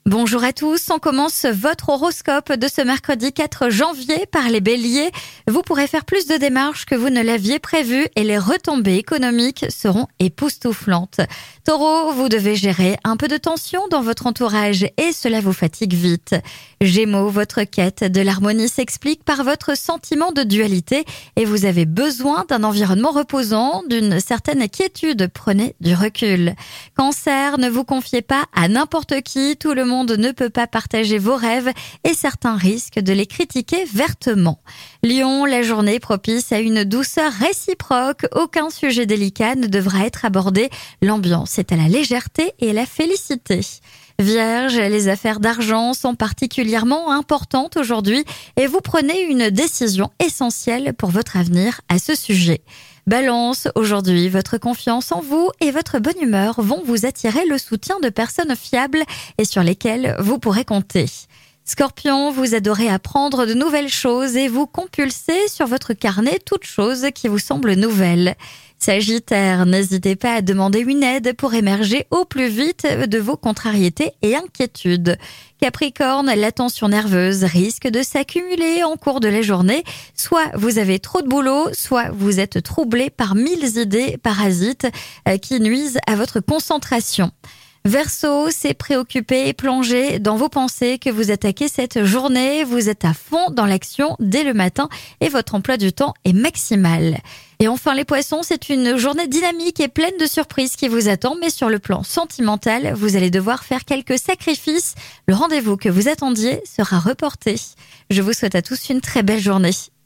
Bonjour à tous, on commence votre horoscope de ce mercredi 4 janvier par les béliers. Vous pourrez faire plus de démarches que vous ne l'aviez prévu et les retombées économiques seront époustouflantes. Taureau, vous devez gérer un peu de tension dans votre entourage et cela vous fatigue vite. Gémeaux, votre quête de l'harmonie s'explique par votre sentiment de dualité et vous avez besoin d'un environnement reposant, d'une certaine quiétude. Prenez du recul. Cancer, ne vous confiez pas à n'importe qui, tout le monde ne peut pas partager vos rêves et certains risquent de les critiquer vertement. Lion, la journée est propice à une douceur réciproque, aucun sujet délicat ne devra être abordé, l'ambiance est à la légèreté et à la félicité. Vierge, les affaires d'argent sont particulièrement importantes aujourd'hui et vous prenez une décision essentielle pour votre avenir à ce sujet. Balance, aujourd'hui, votre confiance en vous et votre bonne humeur vont vous attirer le soutien de personnes fiables et sur lesquelles vous pourrez compter. Scorpion, vous adorez apprendre de nouvelles choses et vous compulsez sur votre carnet toutes choses qui vous semblent nouvelles. Sagittaire, n'hésitez pas à demander une aide pour émerger au plus vite de vos contrariétés et inquiétudes. Capricorne, la tension nerveuse risque de s'accumuler en cours de la journée. Soit vous avez trop de boulot, soit vous êtes troublé par 1000 idées parasites qui nuisent à votre concentration. Verseau, c'est préoccupé et plongé dans vos pensées que vous attaquez cette journée. Vous êtes à fond dans l'action dès le matin et votre emploi du temps est maximal. Et enfin les poissons, c'est une journée dynamique et pleine de surprises qui vous attend, mais sur le plan sentimental, vous allez devoir faire quelques sacrifices. Le rendez-vous que vous attendiez sera reporté. Je vous souhaite à tous une très belle journée.